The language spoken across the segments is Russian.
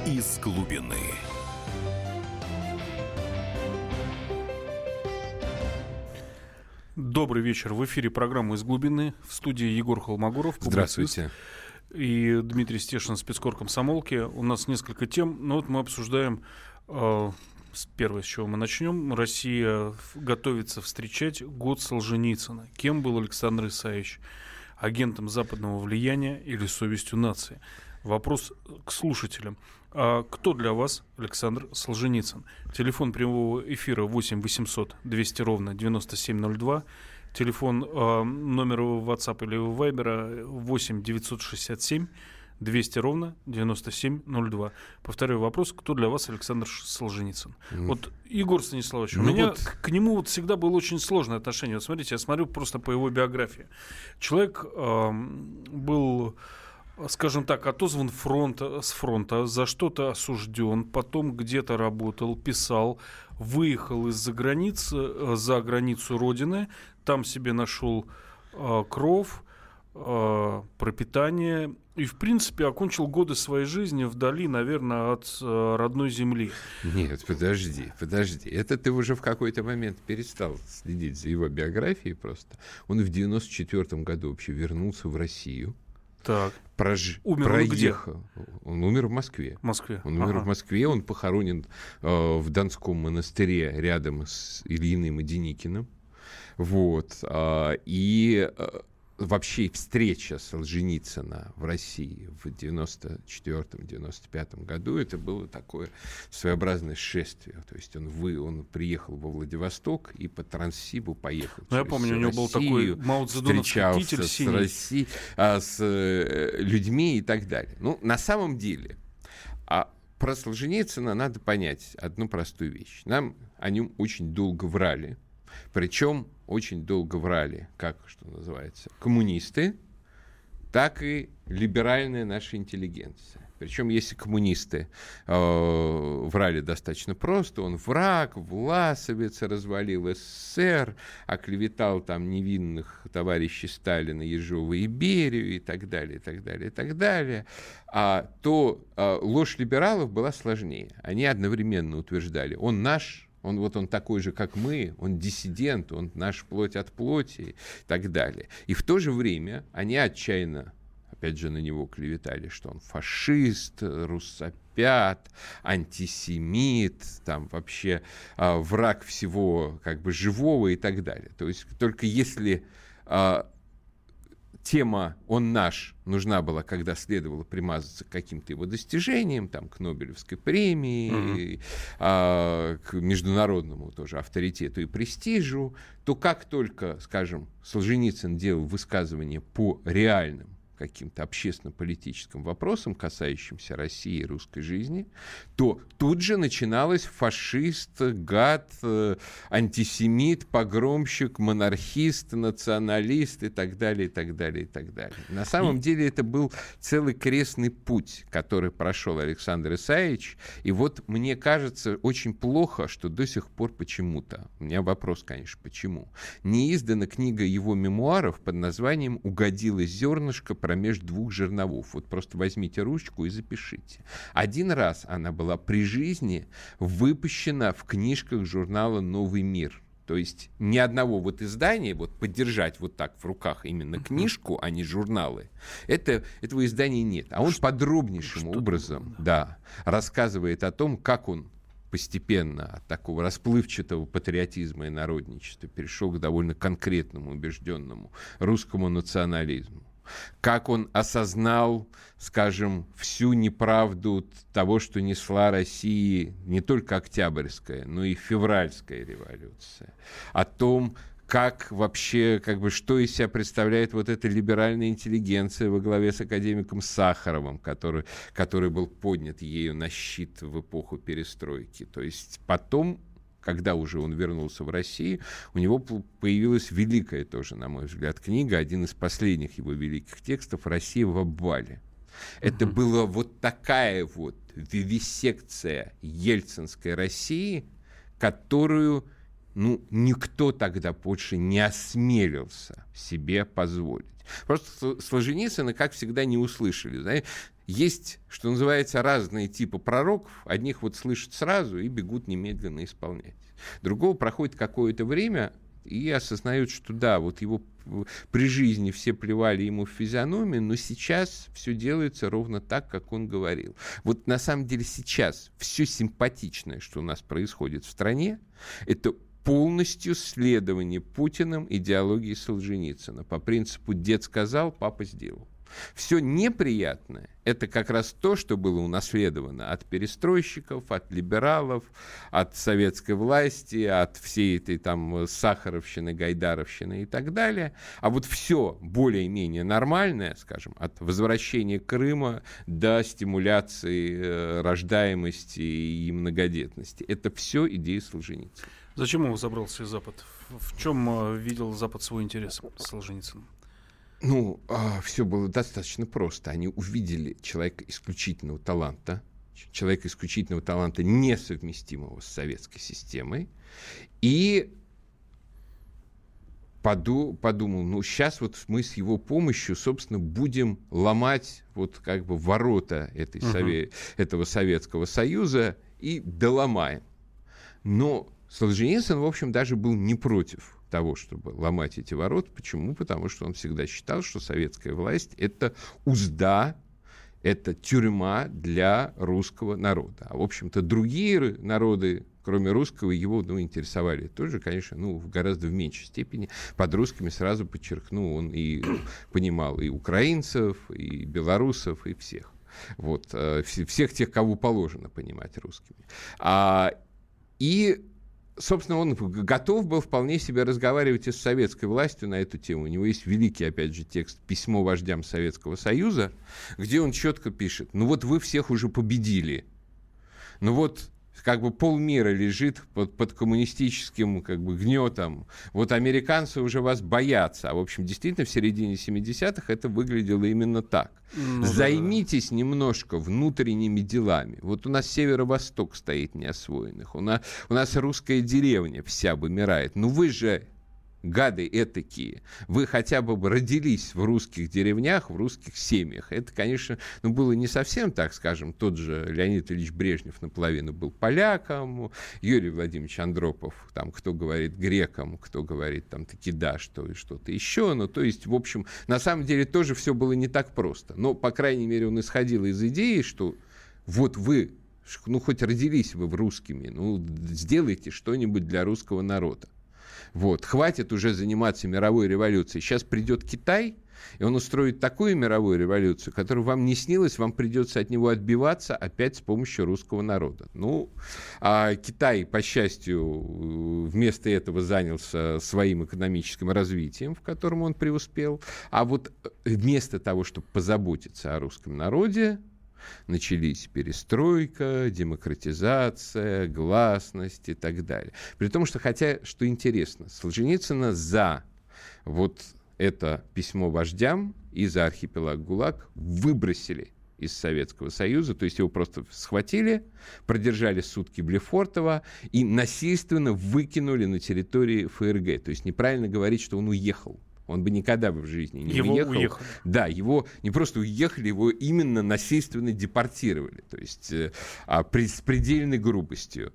из глубины. Добрый вечер. В эфире программа «Из глубины». В студии Егор Холмогоров. Здравствуйте. И Дмитрий Стешин, спецкор комсомолки. У нас несколько тем. Но вот мы обсуждаем, первое, с чего мы начнем. Россия готовится встречать год Солженицына. Кем был Александр Исаевич? Агентом западного влияния или совестью нации? Вопрос к слушателям. А кто для вас Александр Солженицын? Телефон прямого эфира 8 800 200 ровно 9702. Телефон номера WhatsApp или Viber 8 967 200 ровно 9702. Повторяю вопрос, кто для вас Александр Солженицын? Вот Егор Станиславович, у меня к нему всегда было очень сложное отношение. Вот смотрите, я смотрю просто по его биографии. Человек был, скажем так, отозван с фронта, за что-то осужден, потом где-то работал, писал, выехал за границу родины, там себе нашел кров, пропитание и, в принципе, окончил годы своей жизни вдали, наверное, от родной земли. Нет, подожди. Это ты уже в какой-то момент перестал следить за его биографией просто. Он в 94 году вообще вернулся в Россию. Так. Умер он где? Он умер в Москве. Он умер в Москве, он похоронен в Донском монастыре рядом с Ильиным и Деникиным. Вот. И вообще встреча Солженицына в России в 94-95 году, это было такое своеобразное шествие. То есть он приехал во Владивосток и по Транссибу поехал. Я помню, у него был такой Мао Цзэдуновский китель синий. С людьми и так далее. Ну, на самом деле, про Солженицына надо понять одну простую вещь. Нам о нем очень долго врали. Причем очень долго врали, что называется, коммунисты, так и либеральная наша интеллигенция. Причем, если коммунисты врали достаточно просто, он враг, власовец, развалил СССР, оклеветал там невинных товарищей Сталина, Ежова и Берию и так далее, и так далее, и так далее, то ложь либералов была сложнее. Они одновременно утверждали, он наш, он такой же, как мы, он диссидент, он наш плоть от плоти и так далее. И в то же время они отчаянно, опять же, на него клеветали, что он фашист, руссопят, антисемит, там вообще враг всего живого и так далее. То есть только если тема «он наш» нужна была, когда следовало примазаться к каким-то его достижениям, там, к Нобелевской премии, к международному тоже авторитету и престижу, то как только, скажем, Солженицын делал высказывания по реальным каким-то общественно-политическим вопросам, касающимся России и русской жизни, то тут же начиналось фашист, гад, антисемит, погромщик, монархист, националист и так далее, и так далее, и так далее. На самом деле это был целый крестный путь, который прошел Александр Исаевич, и вот мне кажется очень плохо, что до сих пор почему-то, у меня вопрос, конечно, почему, не издана книга его мемуаров под названием «Угодило зернышко промеж двух жерновов». Вот просто возьмите ручку и запишите. Один раз она была при жизни выпущена в книжках журнала «Новый мир». То есть ни одного издания, поддержать так в руках именно книжку, а не журналы, этого издания нет. А он подробнейшим образом рассказывает о том, как он постепенно от такого расплывчатого патриотизма и народничества перешел к довольно конкретному, убежденному русскому национализму. Как он осознал, скажем, всю неправду того, что несла России не только Октябрьская, но и Февральская революция. О том, как вообще, что из себя представляет эта либеральная интеллигенция во главе с академиком Сахаровым, который был поднят ею на щит в эпоху перестройки. То есть потом, когда уже он вернулся в Россию, у него появилась великая тоже, на мой взгляд, книга, один из последних его великих текстов «Россия в обвале». Это была такая вивисекция ельцинской России, которую никто тогда больше не осмелился себе позволить. Просто Солженицына, как всегда, не услышали. Знаете? Есть, что называется, разные типы пророков. Одних вот слышат сразу и бегут немедленно исполнять. Другого проходит какое-то время и осознают, что да, вот его при жизни все плевали ему в физиономию, но сейчас все делается ровно так, как он говорил. Вот на самом деле сейчас все симпатичное, что у нас происходит в стране, это полностью следование Путиным идеологии Солженицына. По принципу «дед сказал, папа сделал». Все неприятное – это как раз то, что было унаследовано от перестройщиков, от либералов, от советской власти, от всей этой там сахаровщины, гайдаровщины и так далее. А вот все более-менее нормальное, скажем, от возвращения Крыма до стимуляции рождаемости и многодетности – это все идеи Солженицына. Зачем его забрался Запад? В чем видел Запад свой интерес с Солженицыным? Ну, все было достаточно просто. Они увидели человека исключительного таланта, несовместимого с советской системой, и подумал, ну, сейчас вот мы с его помощью, собственно, будем ломать вот как бы ворота этого Советского Союза и доломаем. Но Солженицын, в общем, даже был не против того, чтобы ломать эти ворота. Почему? Потому что он всегда считал, что советская власть – это узда, это тюрьма для русского народа. А, в общем-то, другие народы, кроме русского, его интересовали тоже, конечно, гораздо в меньшей степени. Под русскими, сразу подчеркну, он и понимал и украинцев, и белорусов, и всех. Вот, всех тех, кого положено понимать русскими. Собственно, он готов был вполне себе разговаривать и с советской властью на эту тему. У него есть великий, опять же, текст «Письмо вождям Советского Союза», где он четко пишет: ну вот вы всех уже победили, ну вот как бы полмира лежит под коммунистическим как бы гнетом, вот американцы уже вас боятся. А, в общем, действительно, в середине 70-х это выглядело именно так. Займитесь немножко внутренними делами. Вот у нас северо-восток стоит неосвоенных, у нас русская деревня вся вымирает. Ну вы же, гады этакие, вы хотя бы родились в русских деревнях, в русских семьях. Это, конечно, было не совсем так, скажем, тот же Леонид Ильич Брежнев наполовину был поляком, Юрий Владимирович Андропов, там, кто говорит греком, кто говорит там таки да, что-то еще. Ну, то есть, в общем, на самом деле тоже все было не так просто. Но, по крайней мере, он исходил из идеи, что вот вы, хоть родились вы в русскими, сделайте что-нибудь для русского народа. Вот, хватит уже заниматься мировой революцией. Сейчас придет Китай, и он устроит такую мировую революцию, которая вам не снилась, вам придется от него отбиваться опять с помощью русского народа. А Китай, по счастью, вместо этого занялся своим экономическим развитием, в котором он преуспел. А вот вместо того, чтобы позаботиться о русском народе, начались перестройка, демократизация, гласность и так далее. При том, что, хотя, что интересно, Солженицына за вот это письмо вождям и за архипелаг ГУЛАГ выбросили из Советского Союза, то есть его просто схватили, продержали сутки в Лефортово и насильственно выкинули на территории ФРГ. То есть неправильно говорить, что он уехал. Он бы никогда в жизни не уехал. Уехали. Да, его не просто уехали, его именно насильственно депортировали. То есть с предельной грубостью.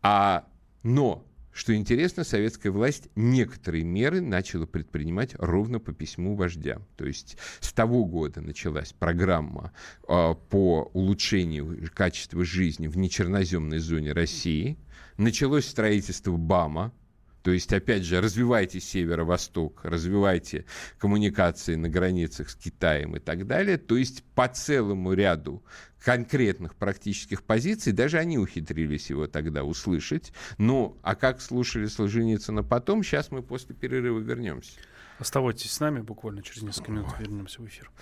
Но, что интересно, советская власть некоторые меры начала предпринимать ровно по письму вождям. То есть с того года началась программа по улучшению качества жизни в нечерноземной зоне России. Началось строительство БАМа. То есть, опять же, развивайте северо-восток, развивайте коммуникации на границах с Китаем и так далее. То есть, по целому ряду конкретных практических позиций, даже они ухитрились его тогда услышать. А как слушали Солженицына потом, сейчас мы после перерыва вернемся. Оставайтесь с нами, буквально через несколько минут вернемся в эфир.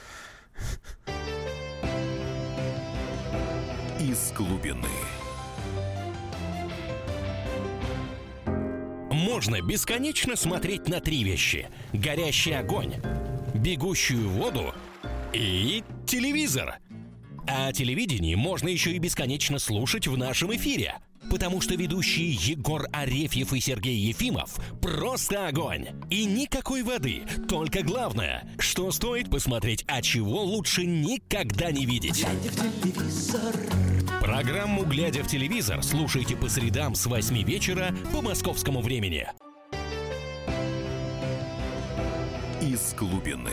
Из глубины. Можно бесконечно смотреть на три вещи: горящий огонь, бегущую воду и телевизор. А телевидение можно еще и бесконечно слушать в нашем эфире. Потому что ведущие Егор Арефьев и Сергей Ефимов просто огонь. И никакой воды, только главное, что стоит посмотреть, а чего лучше никогда не видеть. Программу «Глядя в телевизор» слушайте по средам с 8 вечера по московскому времени. Из глубины.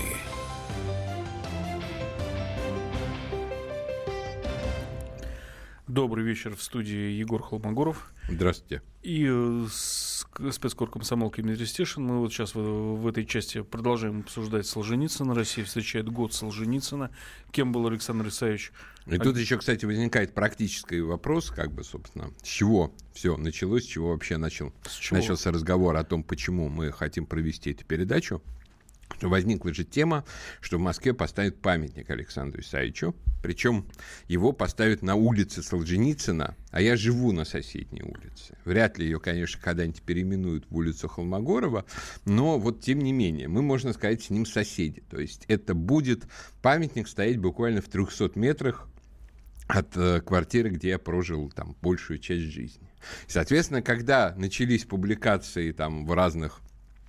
Добрый вечер, в студии Егор Холмогоров. Здравствуйте. И спецкор комсомолки Дмитрий Стешин. Мы вот сейчас в этой части продолжаем обсуждать Солженицына. Россия встречает год Солженицына. Кем был Александр Исаевич? И тут еще, кстати, возникает практический вопрос, собственно, с чего все началось, с чего вообще начался разговор о том, почему мы хотим провести эту передачу. Возникла же тема, что в Москве поставят памятник Александру Исаевичу, причем его поставят на улице Солженицына, а я живу на соседней улице. Вряд ли ее, конечно, когда-нибудь переименуют в улицу Холмогорова, но вот тем не менее, мы, можно сказать, с ним соседи. То есть это будет памятник стоять буквально в 300 метрах от квартиры, где я прожил там большую часть жизни. И, соответственно, когда начались публикации там в разных...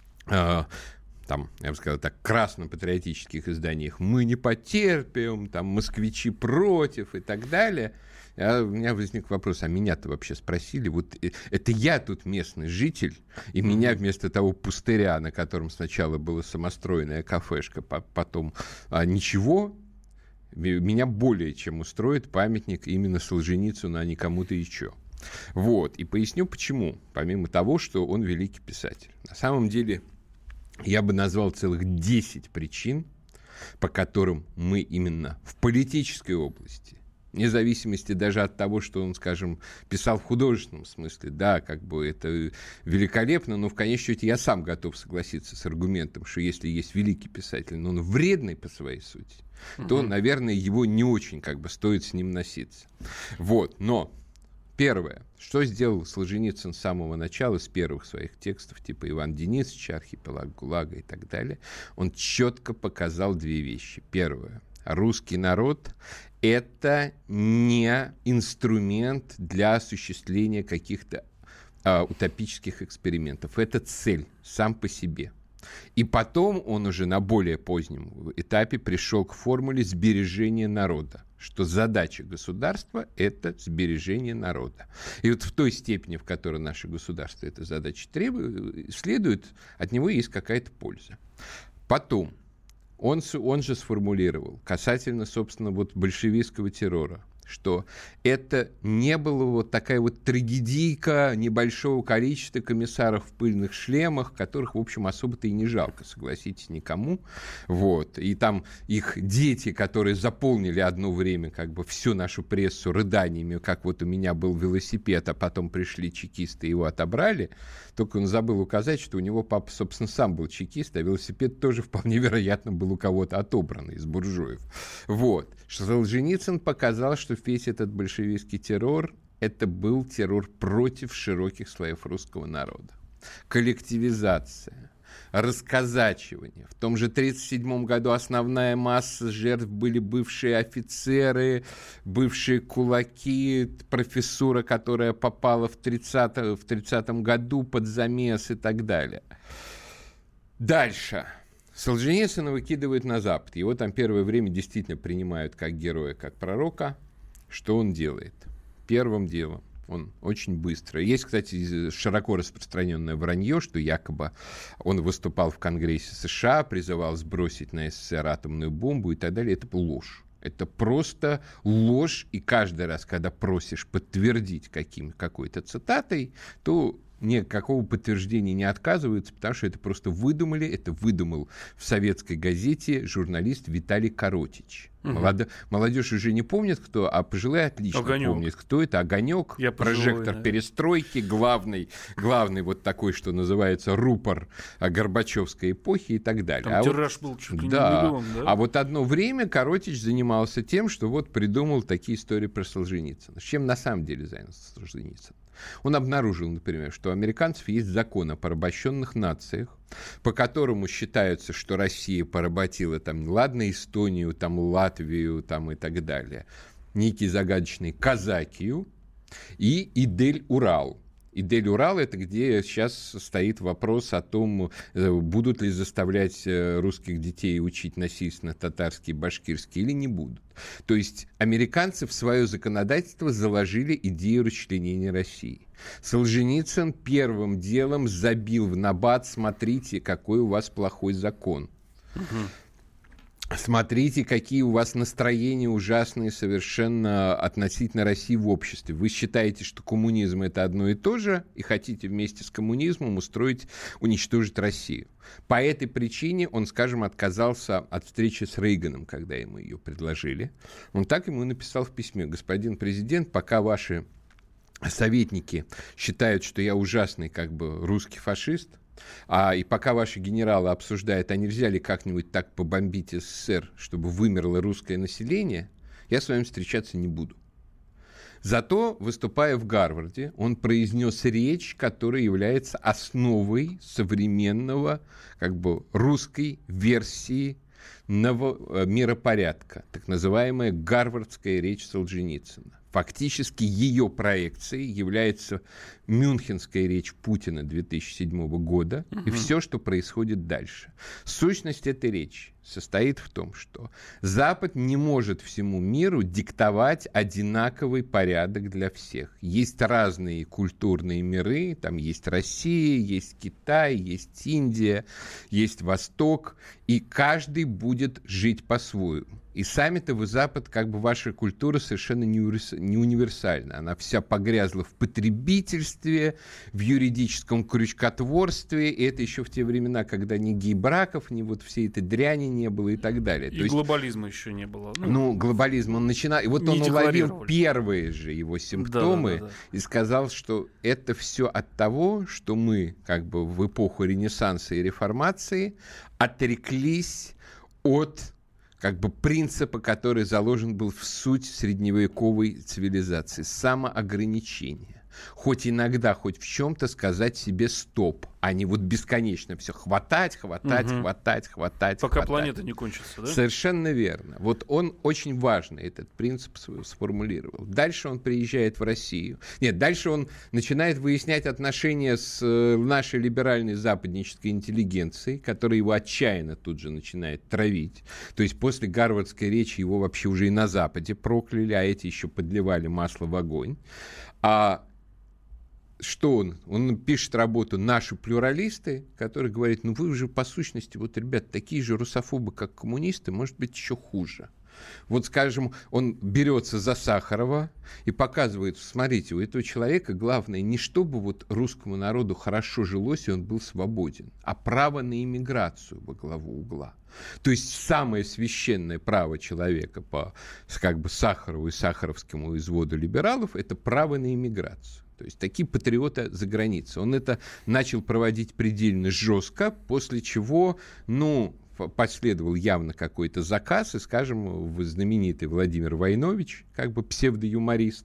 я бы сказал так, красно-патриотических изданиях «Мы не потерпим», там «Москвичи против» и так далее, у меня возник вопрос, а меня-то вообще спросили, вот это я тут местный житель, и меня вместо того пустыря, на котором сначала была самостроенная кафешка, потом ничего, меня более чем устроит памятник именно Солженицыну, а не кому-то еще. Вот, и поясню почему, помимо того, что он великий писатель. На самом деле... Я бы назвал целых 10 причин, по которым мы именно в политической области, вне зависимости даже от того, что он, скажем, писал в художественном смысле, да, это великолепно, но в конечном счете я сам готов согласиться с аргументом, что если есть великий писатель, но он вредный по своей сути, то, наверное, его не очень стоит с ним носиться. Вот, но... Первое, что сделал Солженицын с самого начала, с первых своих текстов, типа Иван Денисович, Архипелаг ГУЛАГа и так далее, он четко показал две вещи. Первое, русский народ – это не инструмент для осуществления каких-то утопических экспериментов, это цель сам по себе. И потом он уже на более позднем этапе пришел к формуле сбережения народа, что задача государства – это сбережение народа. И вот в той степени, в которой наше государство этой задачи следует, от него есть какая-то польза. Потом он же сформулировал касательно, собственно, большевистского террора, что это не было такая трагедийка небольшого количества комиссаров в пыльных шлемах, которых, в общем, особо-то и не жалко, согласитесь, никому. Вот. И там их дети, которые заполнили одно время всю нашу прессу рыданиями, как у меня был велосипед, а потом пришли чекисты и его отобрали. Только он забыл указать, что у него папа, собственно, сам был чекист, а велосипед тоже вполне вероятно был у кого-то отобран из буржуев. Вот. Солженицын показал, что весь этот большевистский террор – это был террор против широких слоев русского народа. Коллективизация, расказачивание. В том же 1937 году основная масса жертв были бывшие офицеры, бывшие кулаки, профессура, которая попала в 30-м году под замес и так далее. Дальше. Солженицына выкидывают на Запад. Его там первое время действительно принимают как героя, как пророка. Что он делает? Первым делом он очень быстро. Есть, кстати, широко распространенное вранье, что якобы он выступал в Конгрессе США, призывал сбросить на СССР атомную бомбу и так далее. Это ложь. Это просто ложь. И каждый раз, когда просишь подтвердить какой-то цитатой, то никакого подтверждения не отказываются, потому что это просто выдумали. Это выдумал в советской газете журналист Виталий Коротич. Молодежь уже не помнит, кто, а пожилые отлично помнят, кто это. Огонек, прожектор перестройки, главный такой, что называется, рупор Горбачевской эпохи и так далее. Там тираж был чуть ли не миллион, да? А одно время Коротич занимался тем, что придумал такие истории про Солженицына. Чем на самом деле занялся Солженицын? Он обнаружил, например, что у американцев есть закон о порабощенных нациях, по которому считается, что Россия поработила Эстонию, Латвию и так далее, некий загадочный Казакию, и Идель-Урал. Идель-Урал — это где сейчас стоит вопрос о том, будут ли заставлять русских детей учить насильственно татарский и башкирский или не будут. То есть американцы в свое законодательство заложили идею расчленения России. Солженицын первым делом забил в набат: смотрите, какой у вас плохой закон. Смотрите, какие у вас настроения ужасные совершенно относительно России в обществе. Вы считаете, что коммунизм — это одно и то же, и хотите вместе с коммунизмом уничтожить Россию. По этой причине он, скажем, отказался от встречи с Рейганом, когда ему ее предложили. Он так ему написал в письме: господин президент, пока ваши советники считают, что я ужасный русский фашист, и пока ваши генералы обсуждают, а нельзя ли как-нибудь так побомбить СССР, чтобы вымерло русское население, я с вами встречаться не буду. Зато, выступая в Гарварде, он произнес речь, которая является основой современного русской версии миропорядка, так называемая Гарвардская речь Солженицына. Фактически ее проекцией является Мюнхенская речь Путина 2007 года и все, что происходит дальше. Сущность этой речи состоит в том, что Запад не может всему миру диктовать одинаковый порядок для всех. Есть разные культурные миры, там есть Россия, есть Китай, есть Индия, есть Восток, и каждый будет жить по-своему. И сами-то вы, Запад, ваша культура совершенно не универсальна. Она вся погрязла в потребительстве, в юридическом крючкотворстве. И это еще в те времена, когда ни гей-браков, ни всей этой дряни не было и так далее. И глобализма еще не было. Глобализм он начинал. И вот он уловил первые же его симптомы и сказал, что это все от того, что мы в эпоху Ренессанса и Реформации отреклись от принципа, который заложен был в суть средневековой цивилизации — самоограничение. Хоть иногда, хоть в чем-то сказать себе стоп, а не бесконечно все хватать. Пока планета не кончится, да? Совершенно верно. Он очень важно этот принцип сформулировал. Дальше он приезжает в Россию. Дальше он начинает выяснять отношения с нашей либеральной западнической интеллигенцией, которая его отчаянно тут же начинает травить. То есть после гарвардской речи его вообще уже и на Западе прокляли, а эти еще подливали масло в огонь. Что он? Он пишет работу «Наши плюралисты», который говорит: вы уже по сущности, ребят, такие же русофобы, как коммунисты, может быть, еще хуже. Скажем, он берется за Сахарова и показывает: смотрите, у этого человека главное не чтобы русскому народу хорошо жилось и он был свободен, а право на иммиграцию во главу угла. То есть самое священное право человека по Сахарову и сахаровскому изводу либералов — это право на иммиграцию. То есть такие патриоты за границей. Он это начал проводить предельно жестко, после чего, последовал явно какой-то заказ, и, скажем, знаменитый Владимир Войнович, псевдоюморист,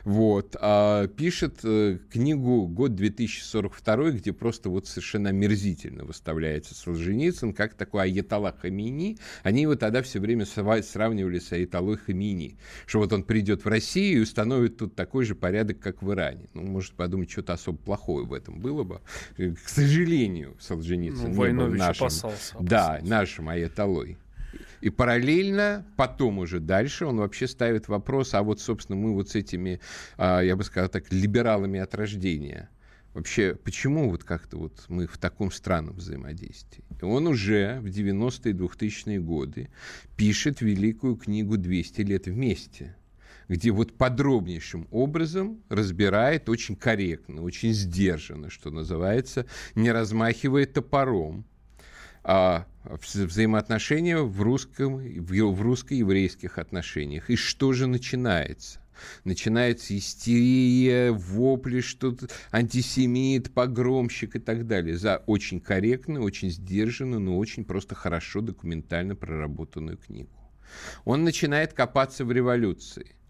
пишет книгу «Год 2042», где просто совершенно омерзительно выставляется Солженицын как такой аятолла Хамейни. Они его тогда все время сравнивали с аятоллой Хамейни, что он придет в Россию и установит тут такой же порядок, как в Иране. Может подумать, что-то особо плохое в этом было бы. К сожалению, Солженицын не был нашим. Да, нашим аятоллой. И параллельно, потом уже дальше, он вообще ставит вопрос: собственно, мы с этими, я бы сказал так, либералами от рождения, вообще, почему мы в таком странном взаимодействии? И он уже в 90-е, 2000-е годы пишет великую книгу «200 лет вместе», где подробнейшим образом разбирает очень корректно, очень сдержанно, что называется, не размахивая топором, взаимоотношения в русско-еврейских отношениях. И что же начинается? Начинается истерия, вопли, что антисемит, погромщик и так далее, за очень корректную, очень сдержанную, но очень просто хорошо документально проработанную книгу. Он начинает копаться в революции.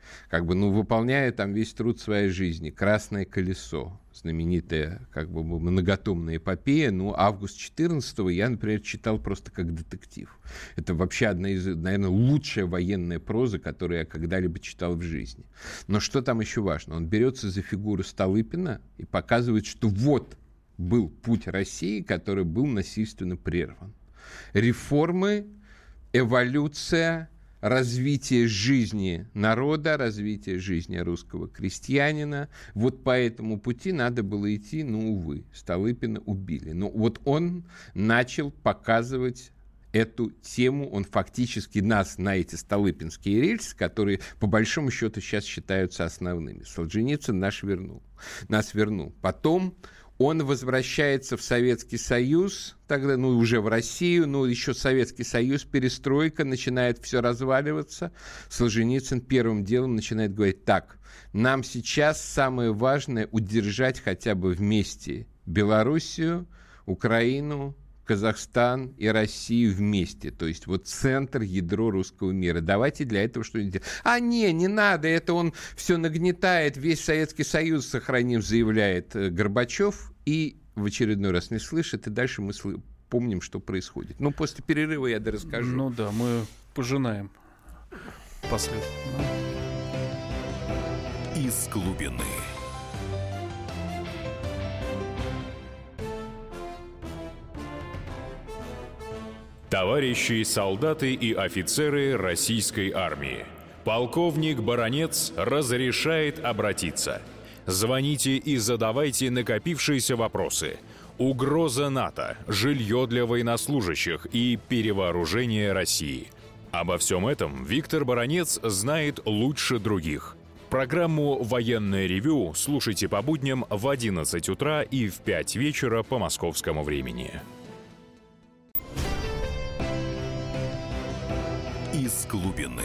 выполняя там весь труд своей жизни. «Красное колесо», знаменитая многотомная эпопея. «Август 14-го» я, например, читал просто как детектив. Это вообще одна из, наверное, лучшая военная проза, которую я когда-либо читал в жизни. Но что там еще важно? Он берется за фигуру Столыпина и показывает, что вот был путь России, который был насильственно прерван. Реформы, эволюция, развитие жизни народа, развитие жизни русского крестьянина. Вот по этому пути надо было идти, увы, Столыпина убили. Но вот он начал показывать эту тему, он фактически нас на эти столыпинские рельсы, которые по большому счету сейчас считаются основными. Солженицын нас вернул. Потом он возвращается в Советский Союз, тогда, уже в Россию, еще Советский Союз, перестройка, начинает все разваливаться. Солженицын первым делом начинает говорить: так, нам сейчас самое важное удержать хотя бы вместе Белоруссию, Украину, Казахстан и Россию вместе. То есть вот центр, ядро русского мира. Давайте для этого что-нибудь делать. Не надо, это он все нагнетает, весь Советский Союз сохраним, заявляет Горбачев, и в очередной раз не слышит, и дальше мы помним, что происходит. После перерыва я расскажу. Мы пожинаем последний. Из глубины. Товарищи солдаты и офицеры российской армии, полковник Баранец разрешает обратиться. Звоните и задавайте накопившиеся вопросы. Угроза НАТО, жилье для военнослужащих и перевооружение России. Обо всем этом Виктор Баранец знает лучше других. Программу «Военное ревю» слушайте по будням в 11 утра и в 5 вечера по московскому времени. Из глубины.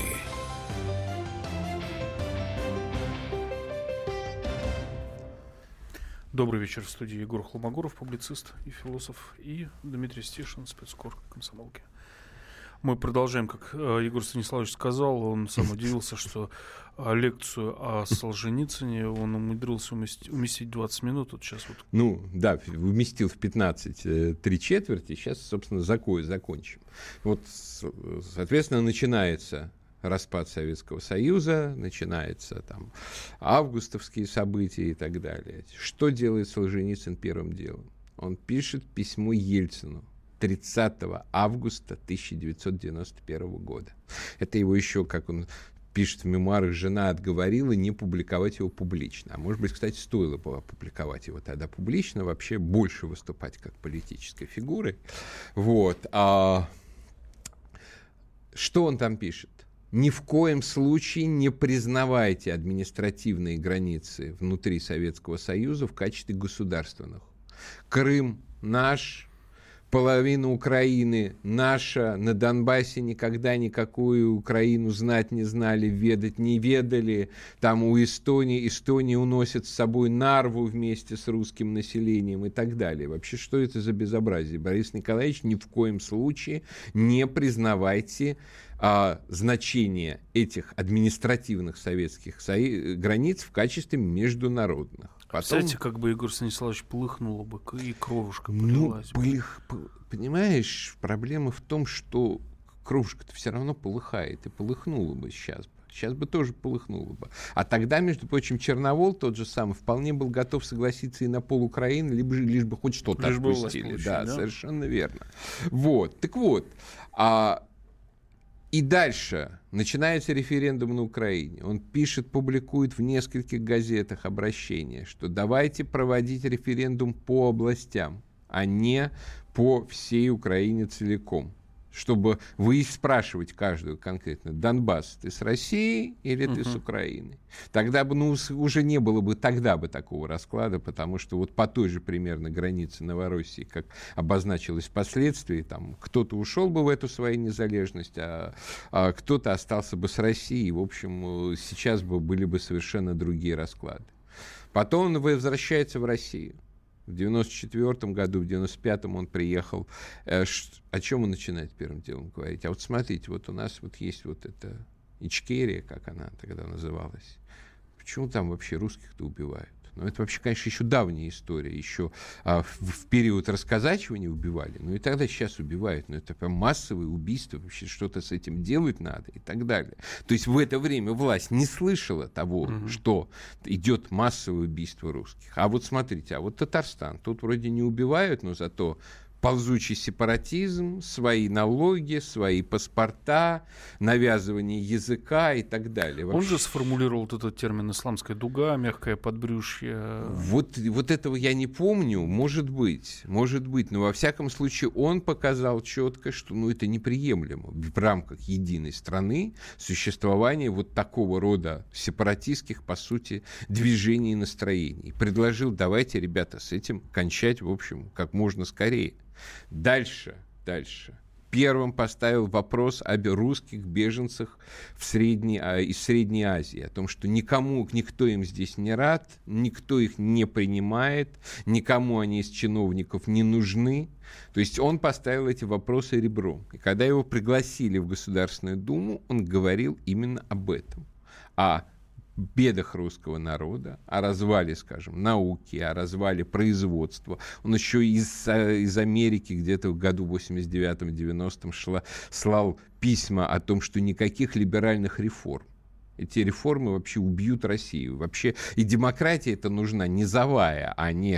Добрый вечер. В студии Егор Холмогоров, публицист и философ, и Дмитрий Стешин, спецкор комсомолки. Мы продолжаем, как Егор Станиславович сказал, он сам удивился, что лекцию о Солженицыне он умудрился уместить 20 минут. Вот сейчас уместил в 15 3/4, сейчас, собственно, закончим. Соответственно, начинается распад Советского Союза, начинаются августовские события и так далее. Что делает Солженицын первым делом? Он пишет письмо Ельцину 30 августа 1991 года. Это его еще, как он пишет в мемуарах, жена отговорила не публиковать его публично. А может быть, кстати, стоило бы опубликовать его тогда публично, вообще больше выступать как политической фигурой. Что он там пишет? Ни в коем случае не признавайте административные границы внутри Советского Союза в качестве государственных. Крым наш, половина Украины наша, на Донбассе никогда никакую Украину знать не знали, ведать не ведали. Там у Эстония уносит с собой Нарву вместе с русским населением и так далее. Вообще, что это за безобразие? Борис Николаевич, ни в коем случае не признавайте значение этих административных советских границ в качестве международных. Кстати, как бы Егор Станиславович полыхнуло бы, и кровушка полилась. Понимаешь, проблема в том, что кровушка-то все равно полыхает, и полыхнула бы сейчас бы. Сейчас бы тоже полыхнуло бы. А тогда, между прочим, Черновол тот же самый вполне был готов согласиться и на пол Украины, лишь бы хоть что-то отпустили. Да, совершенно верно. И дальше начинается референдум на Украине. Он публикует в нескольких газетах обращение, что давайте проводить референдум по областям, а не по всей Украине целиком. Чтобы спрашивать каждую конкретно: Донбасс, ты с Россией или ты с Украиной? Тогда бы, уже не было бы такого расклада, потому что по той же примерно границе Новороссии, как обозначилось впоследствии, там кто-то ушел бы в эту свою незалежность, а кто-то остался бы с Россией. В общем, сейчас были бы совершенно другие расклады. Потом он возвращается в Россию. В 1994 году, в 1995 он приехал. О чем он начинает первым делом говорить? А смотрите, у нас есть это Ичкерия, как она тогда называлась. Почему там вообще русских-то убивают? Ну, это вообще, конечно, еще давняя история. Еще в период расказачивания убивали. Ну, и тогда сейчас убивают. Но это прям массовые убийства. Вообще что-то с этим делать надо и так далее. То есть в это время власть не слышала того, что идет массовое убийство русских. А вот смотрите, а вот Татарстан. Тут вроде не убивают, но зато ползучий сепаратизм, свои налоги, свои паспорта, навязывание языка и так далее. Он же сформулировал вот этот термин «исламская дуга», «мягкое подбрюшье». Вот этого я не помню, может быть, но во всяком случае он показал четко, что это неприемлемо в рамках единой страны существование вот такого рода сепаратистских, по сути, движений и настроений. Предложил, давайте, ребята, с этим кончать, в общем, как можно скорее. Дальше. Первым поставил вопрос об русских беженцах из Средней Азии, о том, что никто им здесь не рад, никто их не принимает, никому они из чиновников не нужны. То есть он поставил эти вопросы ребром. И когда его пригласили в Государственную Думу, он говорил именно об этом. О бедах русского народа, о развале, скажем, науки, о развале производства. Он еще из Америки где-то в году 89-90 слал письма о том, что никаких либеральных реформ. Эти реформы вообще убьют Россию. Вообще и демократия это нужна низовая, а не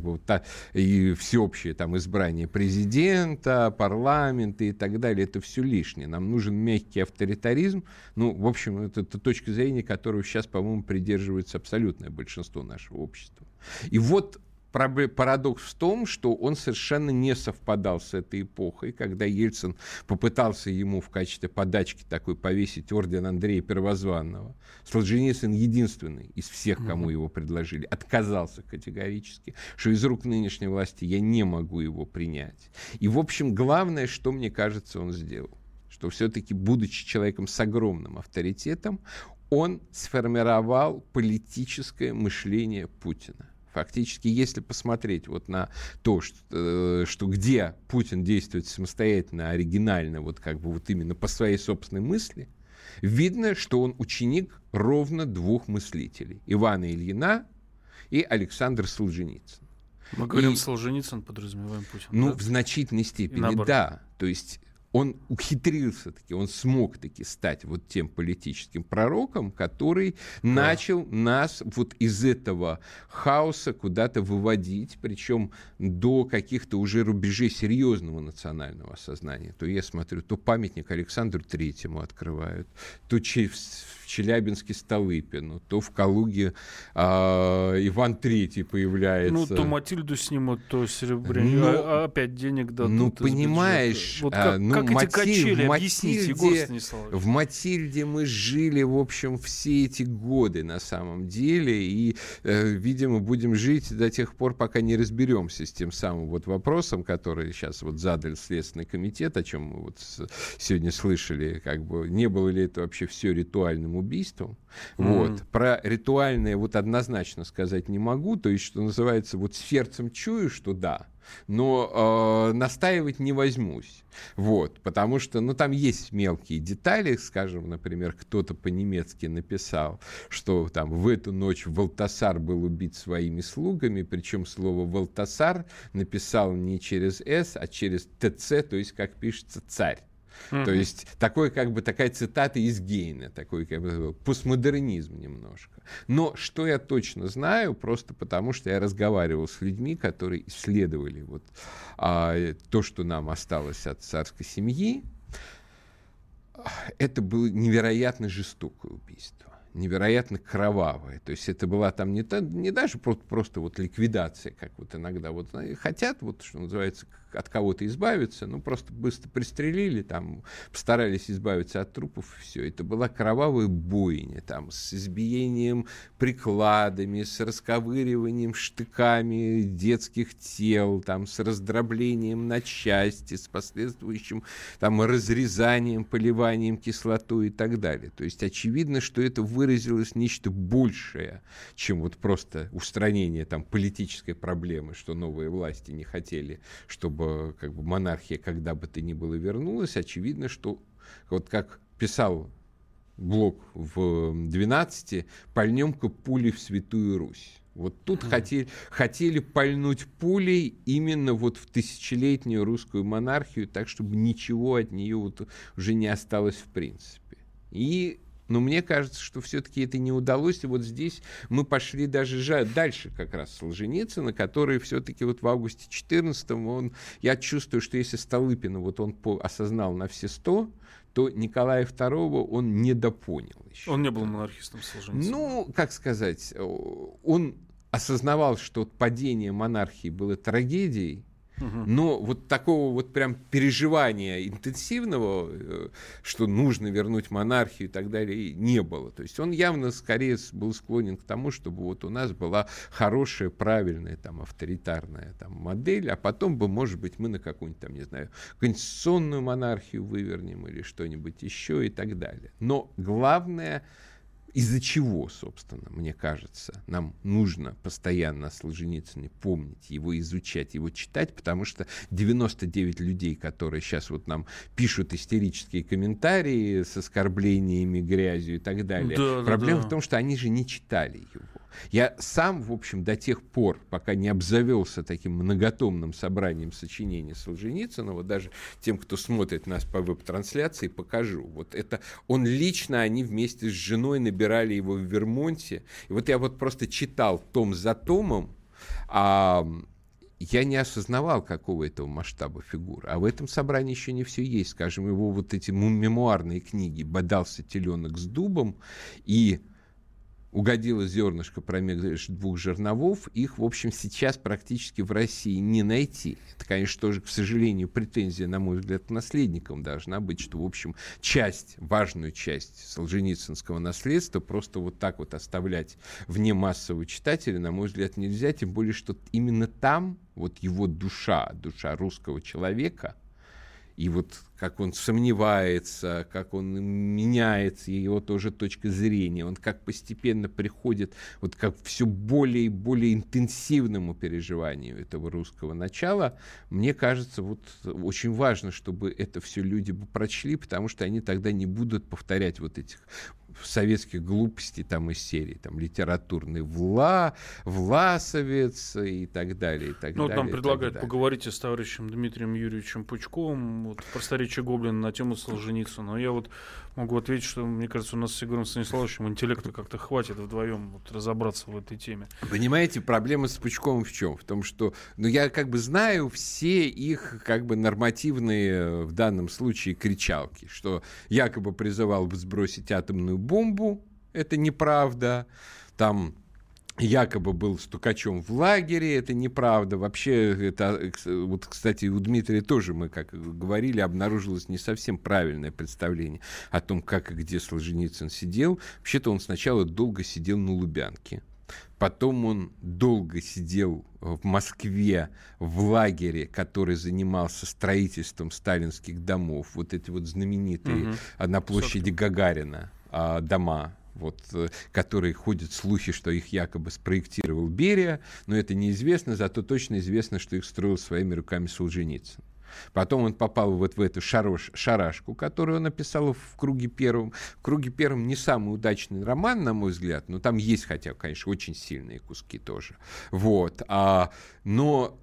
и всеобщее избрание президента, парламента и так далее. Это все лишнее. Нам нужен мягкий авторитаризм. В общем, это точка зрения, которую сейчас, по-моему, придерживается абсолютное большинство нашего общества. И вот парадокс в том, что он совершенно не совпадал с этой эпохой, когда Ельцин попытался ему в качестве подачки такой повесить орден Андрея Первозванного. Солженицын единственный из всех, кому его предложили, отказался категорически, что из рук нынешней власти я не могу его принять. И, в общем, главное, что, мне кажется, он сделал, что все-таки, будучи человеком с огромным авторитетом, он сформировал политическое мышление Путина. Фактически, если посмотреть на то, что где Путин действует самостоятельно, оригинально, именно по своей собственной мысли, видно, что он ученик ровно двух мыслителей: Ивана Ильина и Александра Солженицына. Мы говорим Солженицын, подразумеваем Путин. В значительной степени, да. То есть он ухитрился таки, он смог таки стать тем политическим пророком, который начал нас из этого хаоса куда-то выводить, причем до каких-то уже рубежей серьезного национального осознания. То я смотрю, то памятник Александру Третьему открывают, то в Челябинске Столыпину, то в Калуге Иван Третий появляется. То Матильду снимут, то Серебряник, опять денег дадут. Понимаешь, как эти качели, объясните, Егор Станиславович. В «Матильде» мы жили, в общем, все эти годы на самом деле, и, видимо, будем жить до тех пор, пока не разберемся с тем самым вопросом, который сейчас задал Следственный комитет, о чем мы сегодня слышали, не было ли это вообще все ритуальным убийством. Про ритуальное однозначно сказать не могу, то есть, что называется, сердцем чую, что да, но настаивать не возьмусь. Потому что, там есть мелкие детали, скажем, например, кто-то по-немецки написал, что в эту ночь Валтасар был убит своими слугами, причем слово «Валтасар» написал не через «с», а через «ТЦ», то есть, как пишется, «царь». То есть такая цитата из Гейна, такой постмодернизм немножко. Но что я точно знаю, просто потому что я разговаривал с людьми, которые исследовали то, что нам осталось от царской семьи, это было невероятно жестокое убийство. Невероятно кровавое. То есть это была не даже просто ликвидация, как иногда хотят, что называется, от кого-то избавиться, просто быстро пристрелили, постарались избавиться от трупов, и все. Это была кровавая бойня, с избиением прикладами, с расковыриванием штыками детских тел, с раздроблением на части, с последующим разрезанием, поливанием кислотой и так далее. То есть очевидно, что это выразилось нечто большее, чем просто устранение политической проблемы, что новые власти не хотели, чтобы монархия когда бы то ни было вернулась. Очевидно, что, как писал блок в 12, пальнем-ка пули в Святую Русь. Вот тут хотели пальнуть пулей именно вот в тысячелетнюю русскую монархию, так, чтобы ничего от нее вот уже не осталось в принципе. Но мне кажется, что все-таки это не удалось, и вот здесь мы пошли даже дальше как раз Солженицына, который все-таки вот в августе 14-го, я чувствую, что если Столыпина вот он осознал на все 100, то Николая II он недопонял еще. Он не был монархистом, Солженицын. Ну, как сказать, он осознавал, что падение монархии было трагедией, но вот такого вот прям переживания интенсивного, что нужно вернуть монархию и так далее, не было. То есть он явно скорее был склонен к тому, чтобы вот у нас была хорошая, правильная, там, авторитарная там, модель, а потом бы, может быть, мы на какую-нибудь там, не знаю, конституционную монархию вывернем или что-нибудь еще и так далее. Но главное... Из-за чего, собственно, мне кажется, нам нужно постоянно о Солженицыне помнить, его изучать, его читать, потому что 99 людей, которые сейчас вот нам пишут истерические комментарии с оскорблениями, грязью и так далее, проблема в том, что они же не читали его. Я сам, в общем, до тех пор, пока не обзавелся таким многотомным собранием сочинений Солженицына, вот даже тем, кто смотрит нас по веб-трансляции, покажу. Вот это он лично, они вместе с женой набирали его в Вермонте. И вот я вот просто читал том за томом, я не осознавал, какого этого масштаба фигуры. А в этом собрании еще не все есть. Скажем, его вот эти мемуарные книги «Бодался теленок с дубом» и «Угодило зернышко промеж двух жерновов», их, в общем, сейчас практически в России не найти. Это, конечно, тоже, к сожалению, претензия, на мой взгляд, к наследникам должна быть, что, в общем, важную часть солженицынского наследства просто вот так вот оставлять вне массового читателя, на мой взгляд, нельзя, тем более, что именно там вот его душа русского человека, и вот как он сомневается, как он меняется, его тоже точка зрения, он как постепенно приходит вот как все более и более интенсивному переживанию этого русского начала, мне кажется, вот очень важно, чтобы это все люди прочли, потому что они тогда не будут повторять вот этих советских глупостей там из серии, там, литературный власовец и так далее, и так далее. Вот нам предлагают поговорить с товарищем Дмитрием Юрьевичем Пучковым вот, в просторечии Гоблина на тему Солженицына. Но я вот могу ответить, что, мне кажется, у нас с Егором Станиславовичем интеллекта как-то хватит вдвоем вот, разобраться в этой теме. Понимаете, проблема с Пучковым в чем? В том, что я как бы знаю все их как бы нормативные в данном случае кричалки, что якобы призывал сбросить атомную бомбу, это неправда, там якобы был стукачом в лагере, это неправда. Вообще, это, вот, кстати, у Дмитрия тоже, мы, как говорили, обнаружилось не совсем правильное представление о том, как и где Солженицын сидел. Вообще-то он сначала долго сидел на Лубянке. Потом он долго сидел в Москве в лагере, который занимался строительством сталинских домов. Вот эти вот знаменитые на площади Гагарина дома, вот, которые ходят слухи, что их якобы спроектировал Берия, но это неизвестно, зато точно известно, что их строил своими руками Солженицын. Потом он попал вот в эту шарашку, которую он написал в «Круге первом». В «Круге первом» не самый удачный роман, на мой взгляд, но там есть, хотя, конечно, очень сильные куски тоже. Вот. Но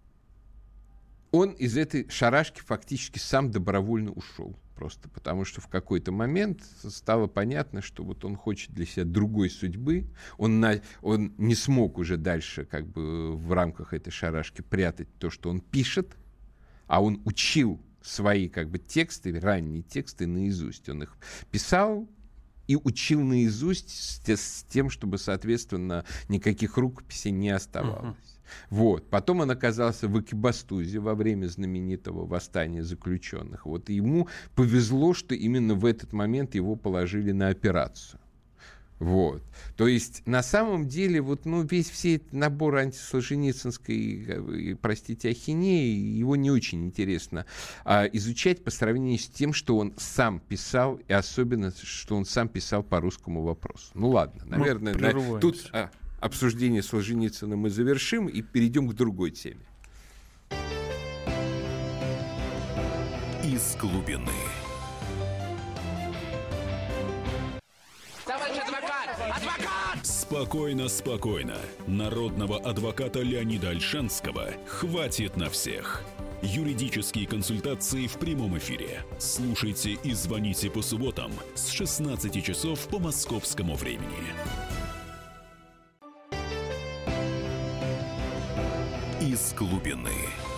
он из этой шарашки фактически сам добровольно ушел. Просто потому, что в какой-то момент стало понятно, что вот он хочет для себя другой судьбы. Он не смог уже дальше как бы в рамках этой шарашки прятать то, что он пишет, а он учил свои как бы тексты, ранние тексты наизусть. Он их писал и учил наизусть с тем, чтобы, соответственно, никаких рукописей не оставалось. Вот. Потом он оказался в Экибастузе во время знаменитого восстания заключенных. Вот. И ему повезло, что именно в этот момент его положили на операцию. Вот. То есть, на самом деле, вот, все этот набор антисолженицынской, простите, ахинеи, его не очень интересно изучать по сравнению с тем, что он сам писал, и особенно, что он сам писал по русскому вопросу. Ну, ладно, наверное, тут обсуждение Солженицына мы завершим и перейдем к другой теме. Из глубины. Спокойно, спокойно. Народного адвоката Леонида Ольшанского хватит на всех. Юридические консультации в прямом эфире. Слушайте и звоните по субботам с 16 часов по московскому времени. Из глубины.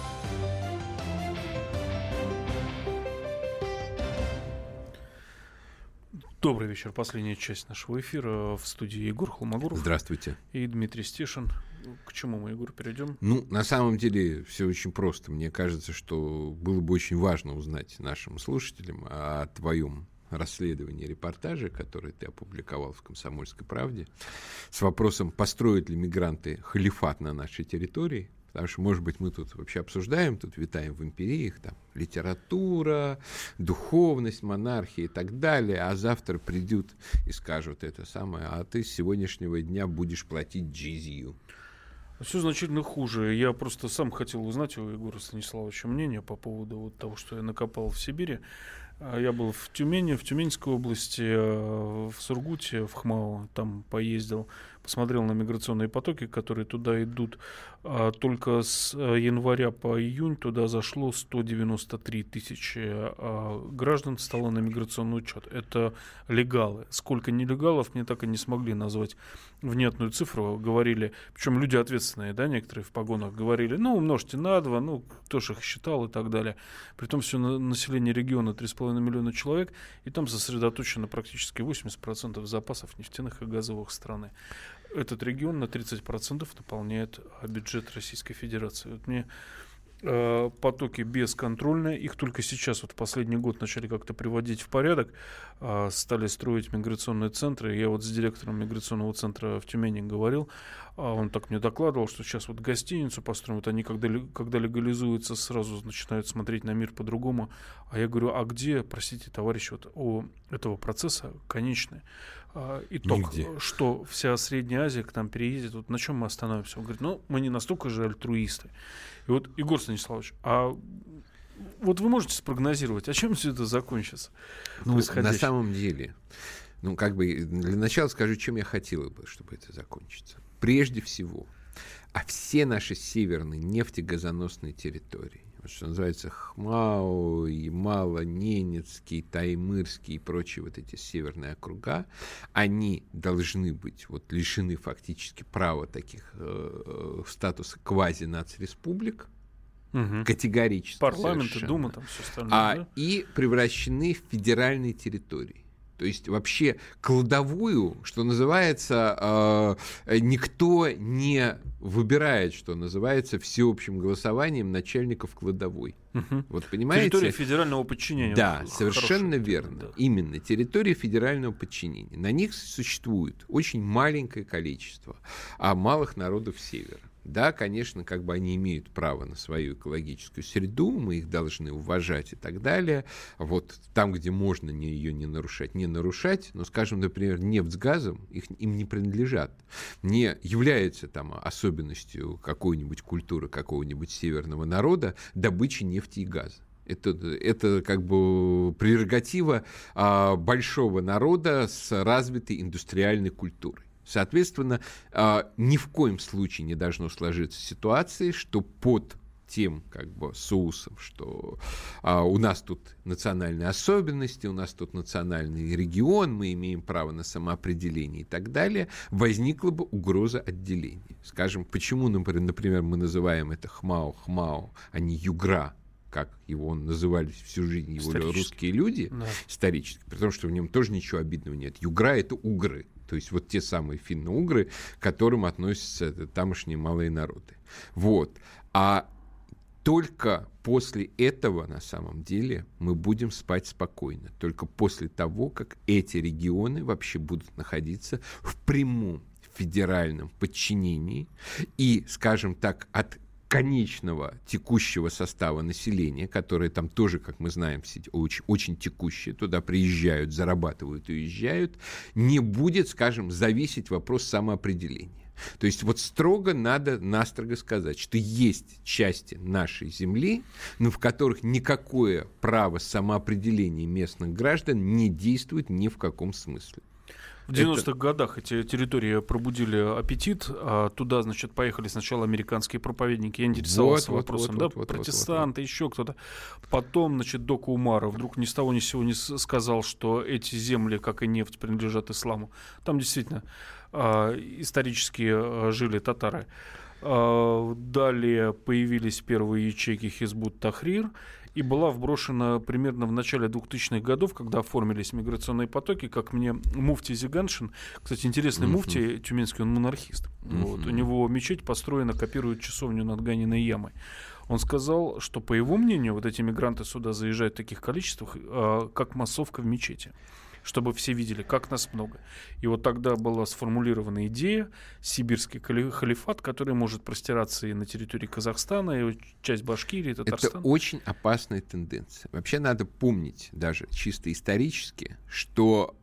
Добрый вечер. Последняя часть нашего эфира. В студии Егор Холмогоров. Здравствуйте. И Дмитрий Стешин. К чему мы, Егор, перейдем? На самом деле все очень просто. Мне кажется, что было бы очень важно узнать нашим слушателям о твоем расследовании, репортаже, который ты опубликовал в «Комсомольской правде», с вопросом, построят ли мигранты халифат на нашей территории. Потому что, может быть, мы тут вообще обсуждаем, тут витаем в империях, там, литература, духовность, монархия и так далее, а завтра придут и скажут это самое, а ты с сегодняшнего дня будешь платить джизью. Все значительно хуже. Я просто сам хотел узнать у Егора Станиславовича мнение по поводу вот того, что я накопал в Сибири. Я был в Тюмени, в Тюменской области, в Сургуте, в ХМАО, там поездил, посмотрел на миграционные потоки, которые туда идут. Только с января по июнь туда зашло 193 тысячи граждан, стало на миграционный учет. Это легалы. Сколько нелегалов, мне так и не смогли назвать внятную цифру. Говорили, причем люди ответственные, да, некоторые в погонах говорили, умножьте на 2, кто же их считал и так далее. Притом все население региона 3,5 миллиона человек, и там сосредоточено практически 80% запасов нефтяных и газовых страны. Этот регион на 30% наполняет бюджет Российской Федерации. Вот мне потоки бесконтрольные, их только сейчас, в последний год начали как-то приводить в порядок, стали строить миграционные центры. Я с директором миграционного центра в Тюмени говорил, он так мне докладывал, что сейчас гостиницу построят, они когда легализуются, сразу начинают смотреть на мир по-другому. А я говорю, а где, простите, товарищ, у этого процесса конечный итог, Нигде. что вся Средняя Азия к нам переедет, на чем мы остановимся? Он говорит, мы не настолько же альтруисты. И Егор Станиславович, вы можете спрогнозировать, а чем все это закончится? На самом деле, для начала скажу, чем я хотел бы, чтобы это закончится. Прежде всего, все наши северные нефтегазоносные территории, что называется ХМАО, Ямало-Ненецкий, Таймырский и прочие эти северные округа, они должны быть лишены фактически права таких статуса квази-нацреспублик, категорически. Парламент и Дума, там все остальное. И превращены в федеральные территории. То есть вообще кладовую, что называется, никто не выбирает, что называется, всеобщим голосованием начальников кладовой. Понимаете? Территория федерального подчинения. Да, совершенно верно. Да. Именно территория федерального подчинения. На них существует очень маленькое количество малых народов Севера. Да, конечно, они имеют право на свою экологическую среду, мы их должны уважать и так далее. Там, где можно ее не нарушать, но, скажем, например, нефть с газом им не принадлежат. Не является особенностью какой-нибудь культуры какого-нибудь северного народа добыча нефти и газа. Это прерогатива большого народа с развитой индустриальной культурой. Соответственно, ни в коем случае не должно сложиться ситуации, что под тем соусом, что у нас тут национальные особенности, у нас тут национальный регион, мы имеем право на самоопределение и так далее, возникла бы угроза отделения. Скажем, почему, например, мы называем это ХМАО, а не Югра, как его называли всю жизнь русские люди, да. Исторически, потому что в нем тоже ничего обидного нет. Югра — это угры. То есть те самые финно-угры, к которым относятся тамошние малые народы. А только после этого, на самом деле, мы будем спать спокойно. Только после того, как эти регионы вообще будут находиться в прямом федеральном подчинении и, скажем так, от конечного текущего состава населения, которое там тоже, как мы знаем, очень, очень текущее, туда приезжают, зарабатывают и уезжают, не будет, скажем, зависеть вопрос самоопределения. То есть строго надо настрого сказать, что есть части нашей земли, но в которых никакое право самоопределения местных граждан не действует ни в каком смысле. В 90-х годах эти территории пробудили аппетит, а туда, значит, поехали сначала американские проповедники. Я интересовался вопросом, протестанты, еще кто-то. Потом, значит, Дока Умара вдруг ни с того ни с сего не сказал, что эти земли, как и нефть, принадлежат исламу. Там действительно исторически жили татары. Далее появились первые ячейки Хизбут Тахрир, и была вброшена примерно в начале 2000-х годов, когда оформились миграционные потоки, как мне муфти Зиганшин, кстати, интересный муфти тюменский, он монархист. Вот, у него мечеть построена, копирует часовню над Ганиной ямой. Он сказал, что, по его мнению, вот эти мигранты сюда заезжают в таких количествах, как массовка в мечети, чтобы все видели, как нас много. И вот тогда была сформулирована идея сибирский халифат, который может простираться и на территории Казахстана, и часть Башкирии, Татарстана. Это очень опасная тенденция. Вообще надо помнить, даже чисто исторически, что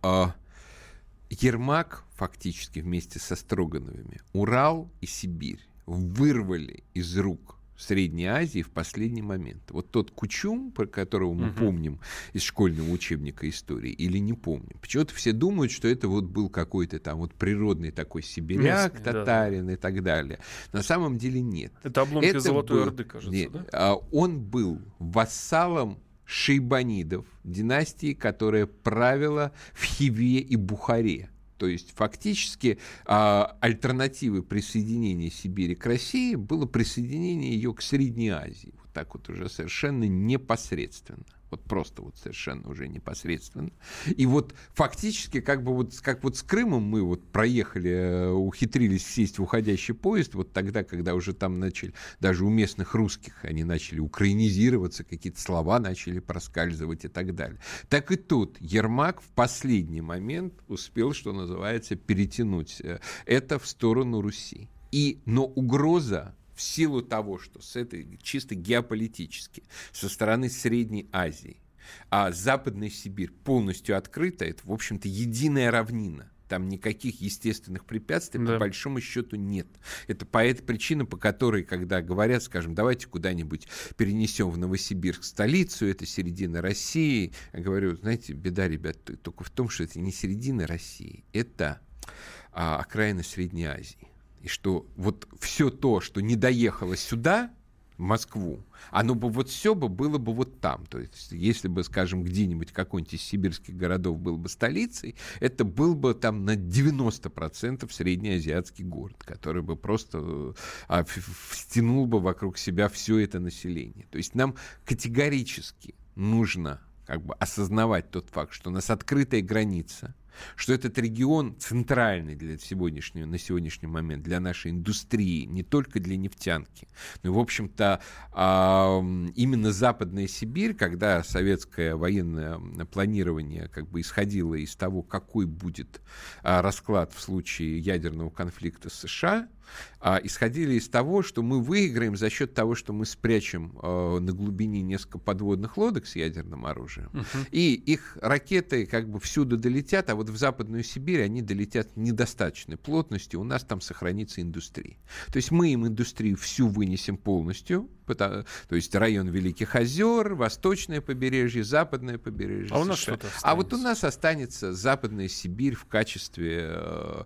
Ермак фактически вместе со Строгановыми Урал и Сибирь вырвали из рук Средней Азии в последний момент. Вот тот Кучум, про которого мы помним из школьного учебника истории, или не помним. Почему-то все думают, что это вот был какой-то там вот природный такой сибиряк, местный, татарин и так далее. На самом деле нет. Это обломки Золотой Орды, кажется, нет, да? Он был вассалом шейбанидов, династии, которая правила в Хиве и Бухаре. То есть фактически альтернативой присоединения Сибири к России было присоединение ее к Средней Азии. Вот так вот уже совершенно непосредственно. Вот просто вот совершенно уже непосредственно. И вот фактически как вот с Крымом мы вот проехали, ухитрились сесть в уходящий поезд, вот тогда, когда уже там начали, даже у местных русских они начали украинизироваться, какие-то слова начали проскальзывать и так далее. Так и тут Ермак в последний момент успел, что называется, перетянуть это в сторону Руси. Но угроза в силу того, что с этой чисто геополитически со стороны Средней Азии, а Западная Сибирь полностью открыта, это, в общем-то, единая равнина. Там никаких естественных препятствий, по большому счету, нет. Это по этой причине, по которой, когда говорят, скажем, давайте куда-нибудь перенесем в Новосибирск столицу, это середина России. Я говорю, знаете, беда, ребят, только в том, что это не середина России, это окраина Средней Азии. И что вот все то, что не доехало сюда, в Москву, оно бы вот все было бы вот там. То есть, если бы, скажем, где-нибудь какой-нибудь из сибирских городов был бы столицей, это был бы там на 90% среднеазиатский город, который бы просто стянул бы вокруг себя все это население. То есть нам категорически нужно как бы осознавать тот факт, что у нас открытая граница, что этот регион центральный на сегодняшний момент для нашей индустрии, не только для нефтянки, но, в общем-то, именно Западная Сибирь, когда советское военное планирование как бы исходило из того, какой будет расклад в случае ядерного конфликта с США, исходили из того, что мы выиграем за счет того, что мы спрячем на глубине несколько подводных лодок с ядерным оружием, и их ракеты как бы всюду долетят, а вот в Западную Сибирь они долетят недостаточной плотностью, у нас там сохранится индустрия. То есть мы им индустрию всю вынесем полностью, то есть район Великих озер, восточное побережье, западное побережье. А у нас что-то останется? А вот у нас останется Западная Сибирь в качестве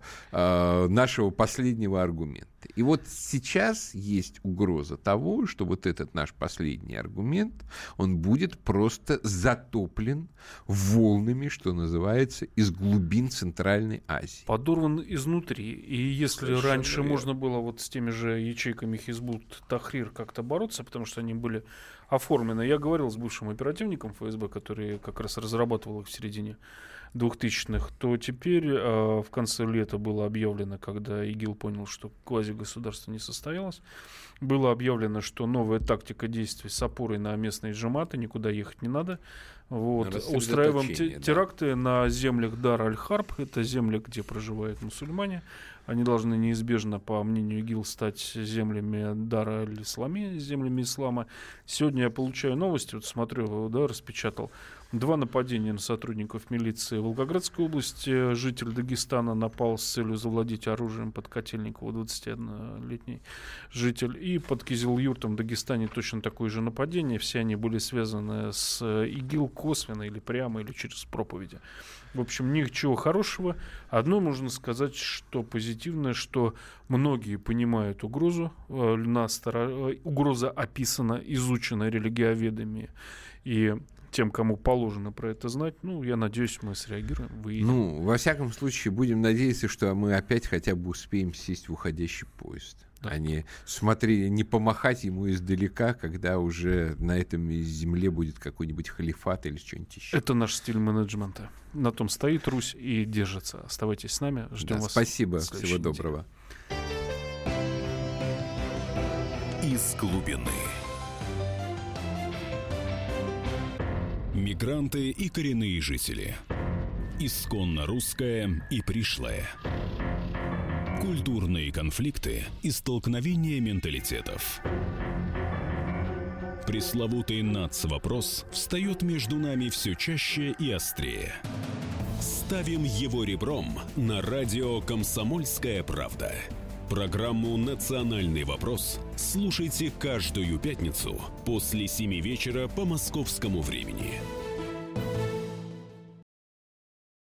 нашего последнего аргумента. И вот сейчас есть угроза того, что вот этот наш последний аргумент, он будет просто затоплен волнами, что называется, из глубин Центральной Азии. Подорван изнутри. И если совершенно раньше верно. Можно было вот с теми же ячейками Хизбут Тахрир как-то бороться, потому что они были оформлены. Я говорил с бывшим оперативником ФСБ, который как раз разрабатывал их в середине 2000-х, то теперь в конце лета было объявлено, когда ИГИЛ понял, что квазигосударство не состоялось, было объявлено, что новая тактика действий с опорой на местные джаматы, никуда ехать не надо. Вот. Устраиваем теракты на землях Дар-аль-Харб, это земли, где проживают мусульмане. Они должны неизбежно, по мнению ИГИЛ, стать землями Дар-аль-Ислами, землями ислама. Сегодня я получаю новости, вот смотрю, распечатал. 2 нападения на сотрудников милиции в Волгоградской области. Житель Дагестана напал с целью завладеть оружием под Котельниково, 21-летний житель. И под Кизил-Юртом в Дагестане точно такое же нападение. Все они были связаны с ИГИЛ, косвенно, или прямо, или через проповеди. В общем, ничего хорошего. Одно можно сказать, что позитивное, что многие понимают угрозу. Угроза описана, изучена религиоведами. И тем, кому положено про это знать, я надеюсь, мы среагируем, выйдем. Во всяком случае, будем надеяться, что мы опять хотя бы успеем сесть в уходящий поезд. Да. А не помахать ему издалека, когда уже на этом земле будет какой-нибудь халифат или что-нибудь еще. Это наш стиль менеджмента. На том стоит Русь и держится. Оставайтесь с нами. Ждем вас. Спасибо. Всего доброго. Из глубины. Мигранты и коренные жители. Исконно русское и пришлое. Культурные конфликты и столкновения менталитетов. Пресловутый НАЦ-вопрос встает между нами все чаще и острее. Ставим его ребром на радио «Комсомольская правда». Программу «Национальный вопрос» слушайте каждую пятницу после 7 вечера по московскому времени.